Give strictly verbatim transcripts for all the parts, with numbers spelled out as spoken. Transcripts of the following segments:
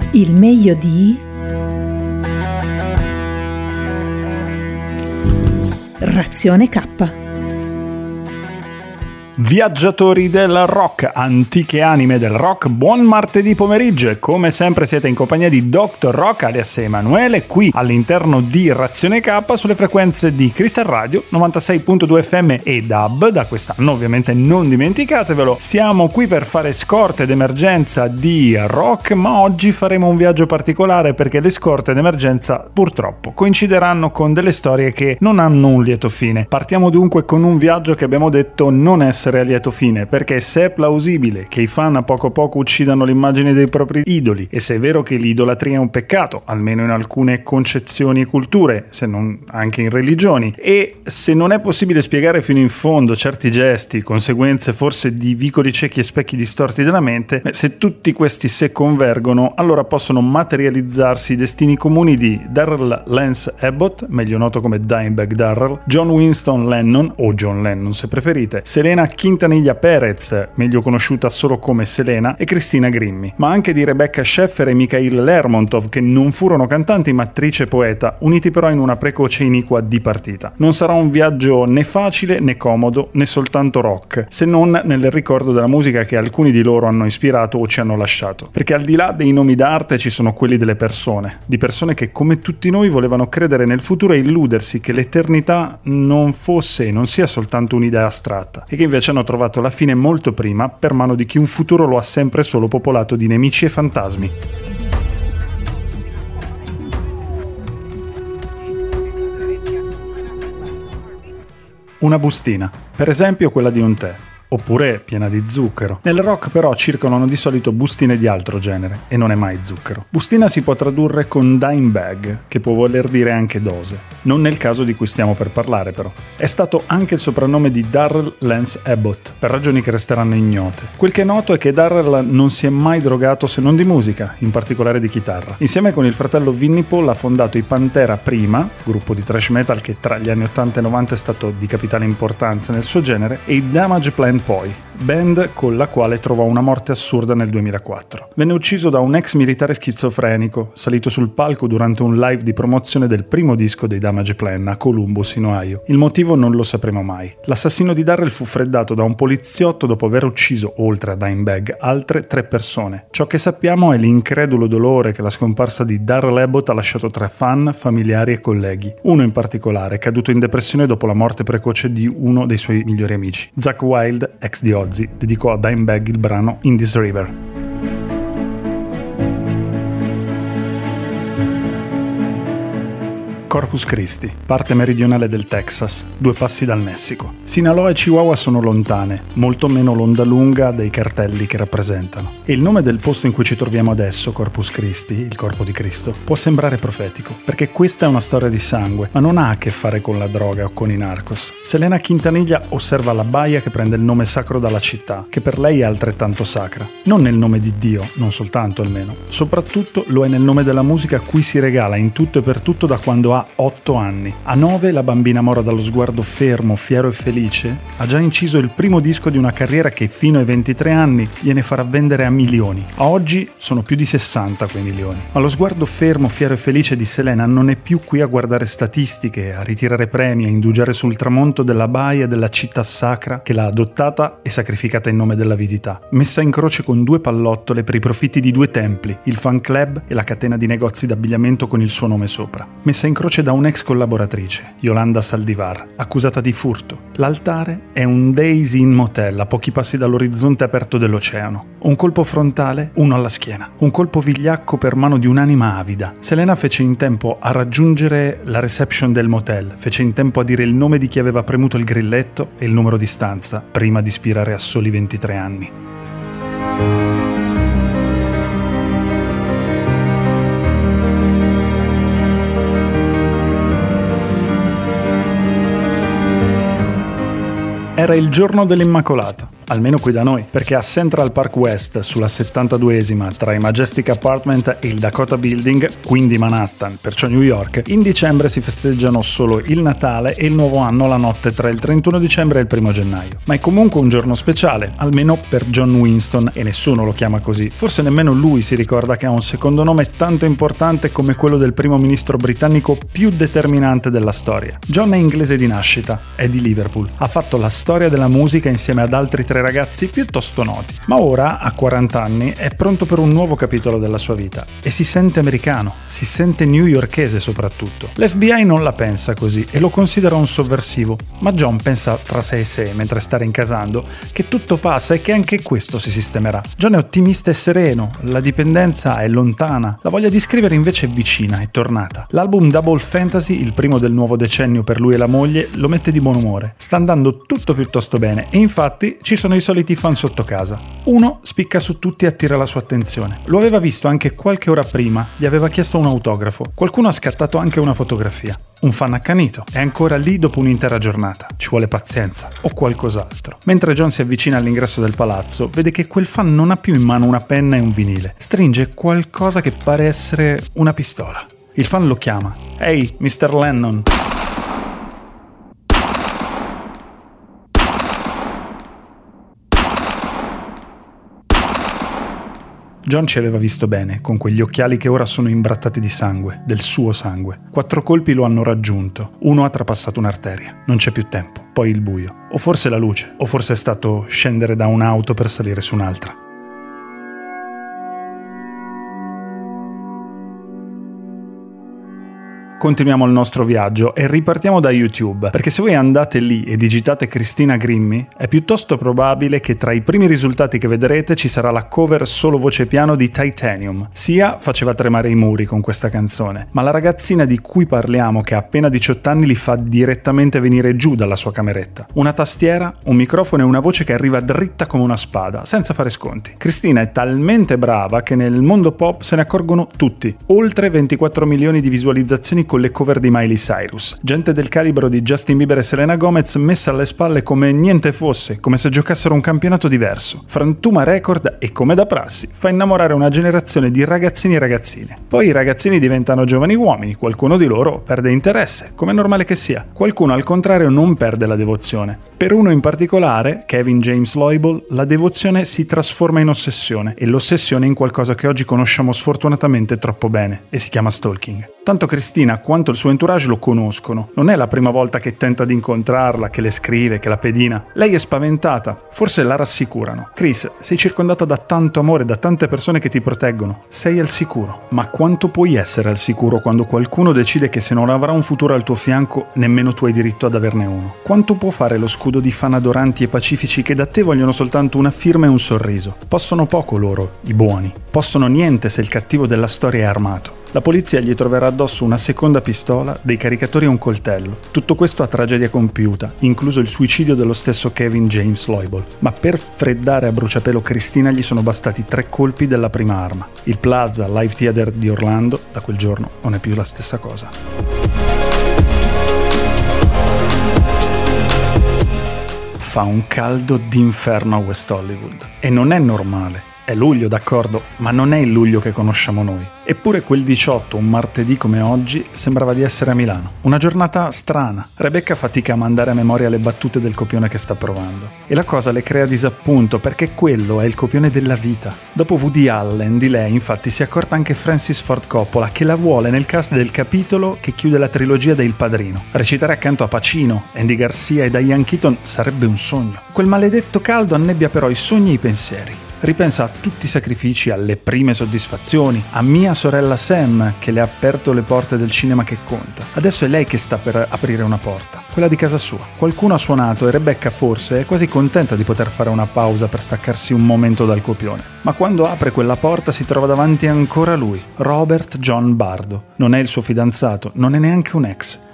Il meglio di Razione K. Viaggiatori del rock, antiche anime del rock, buon martedì pomeriggio e come sempre siete in compagnia di doctor Rock alias Emanuele qui all'interno di Razione K sulle frequenze di Crystal Radio novantasei virgola due F M e D A B, da quest'anno ovviamente non dimenticatevelo. Siamo qui per fare scorte d'emergenza di rock, ma oggi faremo un viaggio particolare perché le scorte d'emergenza purtroppo coincideranno con delle storie che non hanno un lieto fine. Partiamo dunque con un viaggio che abbiamo detto non essere a lieto fine, perché se è plausibile che i fan a poco a poco uccidano l'immagine dei propri idoli e se è vero che l'idolatria è un peccato, almeno in alcune concezioni e culture, se non anche in religioni, e se non è possibile spiegare fino in fondo certi gesti, conseguenze forse di vicoli ciechi e specchi distorti della mente, se tutti questi se convergono, allora possono materializzarsi i destini comuni di Darrell Lance Abbott, meglio noto come Dimebag Darrell, John Winston Lennon, o John Lennon se preferite, Selena Quintanilla Perez, meglio conosciuta solo come Selena, e Christina Grimmie, ma anche di Rebecca Schaeffer e Mikhail Lermontov, che non furono cantanti ma attrice e poeta, uniti però in una precoce e iniqua dipartita. Non sarà un viaggio né facile né comodo né soltanto rock, se non nel ricordo della musica che alcuni di loro hanno ispirato o ci hanno lasciato, perché al di là dei nomi d'arte ci sono quelli delle persone, di persone che come tutti noi volevano credere nel futuro e illudersi che l'eternità non fosse e non sia soltanto un'idea astratta, e che invece hanno trovato la fine molto prima per mano di chi un futuro lo ha sempre solo popolato di nemici e fantasmi. Una bustina, per esempio quella di un tè, oppure piena di zucchero. Nel rock però circolano di solito bustine di altro genere, e non è mai zucchero. Bustina si può tradurre con dime bag, che può voler dire anche dose. Non nel caso di cui stiamo per parlare però. È stato anche il soprannome di Darrell Lance Abbott, per ragioni che resteranno ignote. Quel che è noto è che Darrell non si è mai drogato se non di musica, in particolare di chitarra. Insieme con il fratello Vinnie Paul ha fondato i Pantera prima, gruppo di thrash metal che tra gli anni ottanta e novanta è stato di capitale importanza nel suo genere, e i Damage Plan poi, band con la quale trovò una morte assurda nel duemilaquattro. Venne ucciso da un ex militare schizofrenico, salito sul palco durante un live di promozione del primo disco dei Damage Plan a Columbus, in Ohio. Il motivo non lo sapremo mai. L'assassino di Darrell fu freddato da un poliziotto dopo aver ucciso, oltre a Dimebag, altre tre persone. Ciò che sappiamo è l'incredulo dolore che la scomparsa di Darrell Abbott ha lasciato tra fan, familiari e colleghi. Uno in particolare, caduto in depressione dopo la morte precoce di uno dei suoi migliori amici. Zakk Wylde, ex di Ozzy, dedicò a Dimebag il brano In This River. Corpus Christi, parte meridionale del Texas, due passi dal Messico. Sinaloa e Chihuahua sono lontane, molto meno l'onda lunga dei cartelli che rappresentano. E il nome del posto in cui ci troviamo adesso, Corpus Christi, il corpo di Cristo, può sembrare profetico, perché questa è una storia di sangue, ma non ha a che fare con la droga o con i narcos. Selena Quintanilla osserva la baia che prende il nome sacro dalla città, che per lei è altrettanto sacra. Non nel nome di Dio, non soltanto almeno. Soprattutto lo è nel nome della musica a cui si regala in tutto e per tutto da quando ha otto anni. A nove la bambina mora dallo sguardo fermo, fiero e felice, ha già inciso il primo disco di una carriera che fino ai ventitré anni gliene farà vendere a milioni. A oggi sono più di sessanta quei milioni. Ma lo sguardo fermo, fiero e felice di Selena non è più qui a guardare statistiche, a ritirare premi, a indugiare sul tramonto della baia della città sacra che l'ha adottata e sacrificata in nome dell'avidità. Messa in croce con due pallottole per i profitti di due templi, il fan club e la catena di negozi d'abbigliamento con il suo nome sopra. Messa in croce da un'ex collaboratrice, Yolanda Saldivar, accusata di furto. L'altare è un Days Inn Motel a pochi passi dall'orizzonte aperto dell'oceano. Un colpo frontale, uno alla schiena. Un colpo vigliacco per mano di un'anima avida. Selena fece in tempo a raggiungere la reception del motel, fece in tempo a dire il nome di chi aveva premuto il grilletto e il numero di stanza, prima di spirare a soli ventitré anni. Era il giorno dell'Immacolata. almeno qui da noi, perché a Central Park West, sulla settantaduesima tra i Majestic Apartment e il Dakota Building, quindi Manhattan, perciò New York, in dicembre si festeggiano solo il Natale e il Nuovo Anno la notte tra il trentuno dicembre e il primo gennaio. Ma è comunque un giorno speciale, almeno per John Winston, e nessuno lo chiama così. Forse nemmeno lui si ricorda che ha un secondo nome tanto importante come quello del primo ministro britannico più determinante della storia. John è inglese di nascita, è di Liverpool. Ha fatto la storia della musica insieme ad altri tre ragazzi piuttosto noti. Ma ora, a quaranta anni, è pronto per un nuovo capitolo della sua vita. E si sente americano, si sente newyorkese soprattutto. L'F B I non la pensa così e lo considera un sovversivo. Ma John pensa tra sé e sé, mentre sta rincasando, che tutto passa e che anche questo si sistemerà. John è ottimista e sereno, la dipendenza è lontana, la voglia di scrivere invece è vicina, è tornata. L'album Double Fantasy, il primo del nuovo decennio per lui e la moglie, lo mette di buon umore. Sta andando tutto piuttosto bene e infatti ci sono i soliti fan sotto casa. Uno spicca su tutti e attira la sua attenzione. Lo aveva visto anche qualche ora prima, gli aveva chiesto un autografo. Qualcuno ha scattato anche una fotografia. Un fan accanito, è ancora lì dopo un'intera giornata. Ci vuole pazienza o qualcos'altro. Mentre John si avvicina all'ingresso del palazzo, vede che quel fan non ha più in mano una penna e un vinile. Stringe qualcosa che pare essere una pistola. Il fan lo chiama. Ehi, mister Lennon. John ci aveva visto bene, con quegli occhiali che ora sono imbrattati di sangue, del suo sangue. Quattro colpi lo hanno raggiunto, uno ha trapassato un'arteria. Non c'è più tempo, poi il buio. O forse la luce, o forse è stato scendere da un'auto per salire su un'altra. Continuiamo il nostro viaggio e ripartiamo da YouTube, perché se voi andate lì e digitate Christina Grimmie, è piuttosto probabile che tra i primi risultati che vedrete ci sarà la cover solo voce piano di Titanium. Sia faceva tremare i muri con questa canzone, ma la ragazzina di cui parliamo, che ha appena diciotto anni, li fa direttamente venire giù dalla sua cameretta. Una tastiera, un microfono e una voce che arriva dritta come una spada, senza fare sconti. Christina è talmente brava che nel mondo pop se ne accorgono tutti. Oltre ventiquattro milioni di visualizzazioni con le cover di Miley Cyrus. Gente del calibro di Justin Bieber e Selena Gomez messa alle spalle come niente fosse, come se giocassero un campionato diverso. Frantuma record e, come da prassi, fa innamorare una generazione di ragazzini e ragazzine. Poi i ragazzini diventano giovani uomini, qualcuno di loro perde interesse, come è normale che sia. Qualcuno al contrario non perde la devozione. Per uno in particolare, Kevin James Loibl, la devozione si trasforma in ossessione e l'ossessione in qualcosa che oggi conosciamo sfortunatamente troppo bene e si chiama stalking. Tanto Christina quanto il suo entourage lo conoscono. Non è la prima volta che tenta di incontrarla, che le scrive, che la pedina. Lei è spaventata, forse la rassicurano. Chris, sei circondata da tanto amore, da tante persone che ti proteggono. Sei al sicuro. Ma quanto puoi essere al sicuro quando qualcuno decide che se non avrà un futuro al tuo fianco, nemmeno tu hai diritto ad averne uno? Quanto può fare lo scudo di fan adoranti e pacifici che da te vogliono soltanto una firma e un sorriso? Possono poco loro, i buoni. Possono niente se il cattivo della storia è armato. La polizia gli troverà addosso una seconda pistola, dei caricatori e un coltello. Tutto questo a tragedia compiuta, incluso il suicidio dello stesso Kevin James Loibl. Ma per freddare a bruciapelo Christina gli sono bastati tre colpi della prima arma. Il Plaza Live Theater di Orlando, da quel giorno, non è più la stessa cosa. Fa un caldo d'inferno a West Hollywood. E non è normale. È luglio, d'accordo, ma non è il luglio che conosciamo noi. Eppure quel diciotto, un martedì come oggi, sembrava di essere a Milano. Una giornata strana. Rebecca fatica a mandare a memoria le battute del copione che sta provando. E la cosa le crea disappunto, perché quello è il copione della vita. Dopo Woody Allen, di lei infatti si è accorta anche Francis Ford Coppola, che la vuole nel cast del capitolo che chiude la trilogia de Il Padrino. Recitare accanto a Pacino, Andy Garcia e Diane Keaton sarebbe un sogno. Quel maledetto caldo annebbia però i sogni e i pensieri. Ripensa a tutti i sacrifici, alle prime soddisfazioni, a mia sorella Sam che le ha aperto le porte del cinema che conta. Adesso è lei che sta per aprire una porta, quella di casa sua. Qualcuno ha suonato e Rebecca forse è quasi contenta di poter fare una pausa per staccarsi un momento dal copione. Ma quando apre quella porta si trova davanti ancora lui, Robert John Bardo. Non è il suo fidanzato, non è neanche un ex. È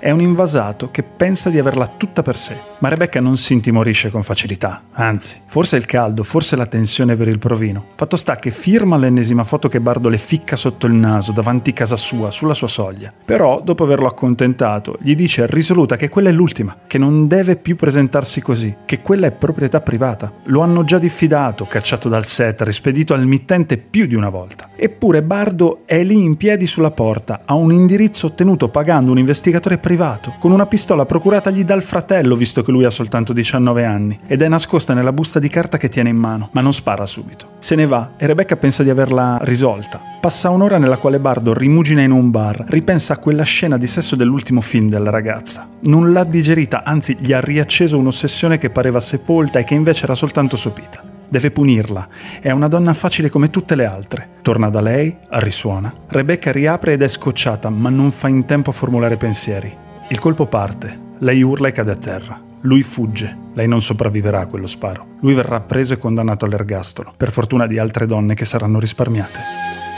È un invasato che pensa di averla tutta per sé. Ma Rebecca non si intimorisce con facilità, anzi, forse il caldo, forse la tensione per il provino. Fatto sta che firma l'ennesima foto che Bardo le ficca sotto il naso davanti casa sua, sulla sua soglia. Però, dopo averlo accontentato, gli dice risoluta che quella è l'ultima, che non deve più presentarsi così, che quella è proprietà privata. Lo hanno già diffidato, cacciato dal set, rispedito al mittente più di una volta. Eppure Bardo è lì in piedi sulla porta, ha un indirizzo ottenuto pagando un investigatore privato, con una pistola procuratagli dal fratello, visto che lui ha soltanto diciannove anni, ed è nascosta nella busta di carta che tiene in mano, ma non spara subito. Se ne va e Rebecca pensa di averla risolta. Passa un'ora nella quale Bardo rimugina in un bar, ripensa a quella scena di sesso dell'ultimo film della ragazza. Non l'ha digerita, anzi gli ha riacceso un'ossessione che pareva sepolta e che invece era soltanto sopita. Deve punirla. È una donna facile come tutte le altre. Torna da lei, risuona. Rebecca riapre ed è scocciata, ma non fa in tempo a formulare pensieri. Il colpo parte. Lei urla e cade a terra. Lui fugge. Lei non sopravviverà a quello sparo. Lui verrà preso e condannato all'ergastolo, per fortuna di altre donne che saranno risparmiate.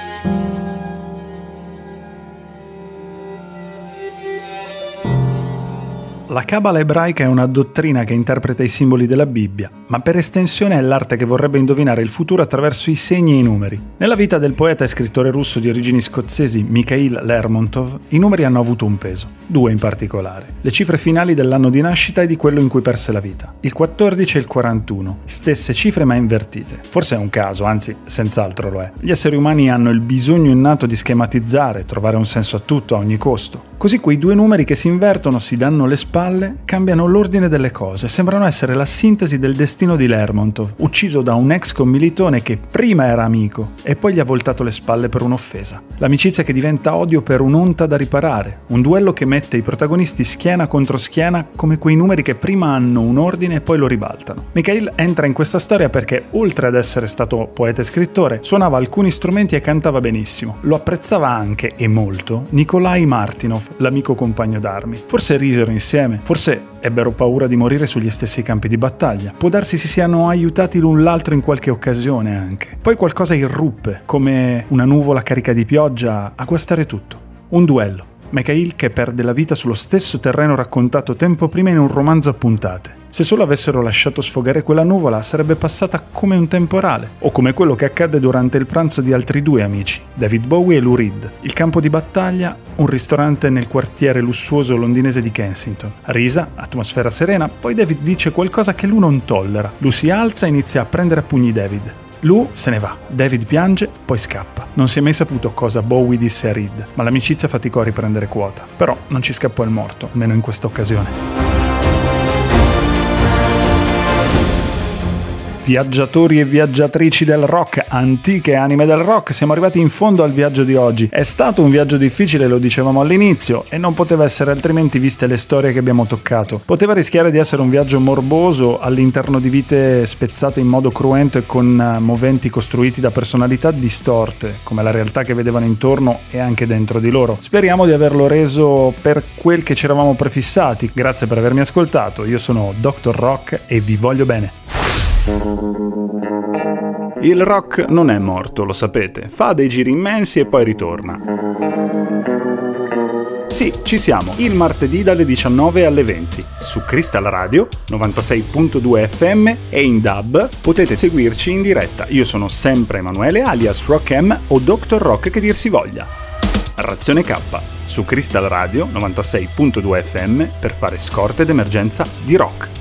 La cabala ebraica è una dottrina che interpreta i simboli della Bibbia, ma per estensione è l'arte che vorrebbe indovinare il futuro attraverso i segni e i numeri. Nella vita del poeta e scrittore russo di origini scozzesi Mikhail Lermontov, i numeri hanno avuto un peso, due in particolare: le cifre finali dell'anno di nascita e di quello in cui perse la vita. Il quattordici e il quarantuno, stesse cifre ma invertite. Forse è un caso, anzi, senz'altro lo è. Gli esseri umani hanno il bisogno innato di schematizzare, trovare un senso a tutto a ogni costo. Così quei due numeri che si invertono, si danno le spalle, cambiano l'ordine delle cose, sembrano essere la sintesi del destino di Lermontov, ucciso da un ex commilitone che prima era amico e poi gli ha voltato le spalle per un'offesa. L'amicizia che diventa odio per un'onta da riparare, un duello che mette i protagonisti schiena contro schiena come quei numeri che prima hanno un ordine e poi lo ribaltano. Mikhail entra in questa storia perché, oltre ad essere stato poeta e scrittore, suonava alcuni strumenti e cantava benissimo. Lo apprezzava anche, e molto, Nikolai Martinov, l'amico compagno d'armi. Forse risero insieme, forse ebbero paura di morire sugli stessi campi di battaglia. Può darsi si siano aiutati l'un l'altro in qualche occasione anche. Poi qualcosa irruppe, come una nuvola carica di pioggia, a guastare tutto. Un duello. Mikhail che perde la vita sullo stesso terreno raccontato tempo prima in un romanzo a puntate. Se solo avessero lasciato sfogare quella nuvola sarebbe passata come un temporale, o come quello che accadde durante il pranzo di altri due amici, David Bowie e Lou Reed. Il campo di battaglia, un ristorante nel quartiere lussuoso londinese di Kensington. Risa, atmosfera serena, poi David dice qualcosa che Lou non tollera. Lou si alza e inizia a prendere a pugni David. Lou se ne va, David piange, poi scappa. Non si è mai saputo cosa Bowie disse a Reed, ma l'amicizia faticò a riprendere quota. Però non ci scappò il morto, almeno in questa occasione. Viaggiatori e viaggiatrici del rock, antiche anime del rock, siamo arrivati in fondo al viaggio di oggi. È stato un viaggio difficile, lo dicevamo all'inizio, e non poteva essere altrimenti viste le storie che abbiamo toccato. Poteva rischiare di essere un viaggio morboso all'interno di vite spezzate in modo cruento e con moventi costruiti da personalità distorte, come la realtà che vedevano intorno e anche dentro di loro. Speriamo di averlo reso per quel che ci eravamo prefissati. Grazie per avermi ascoltato, io sono doctor Rock e vi voglio bene. Il rock non è morto, lo sapete, fa dei giri immensi e poi ritorna. Sì, ci siamo, il martedì dalle diciannove alle venti, su Crystal Radio novantasei virgola due F M e in D A B potete seguirci in diretta. Io sono sempre Emanuele alias Rock M o doctor Rock che dir si voglia. Razione K, su Crystal Radio novantasei virgola due F M per fare scorte d'emergenza di rock.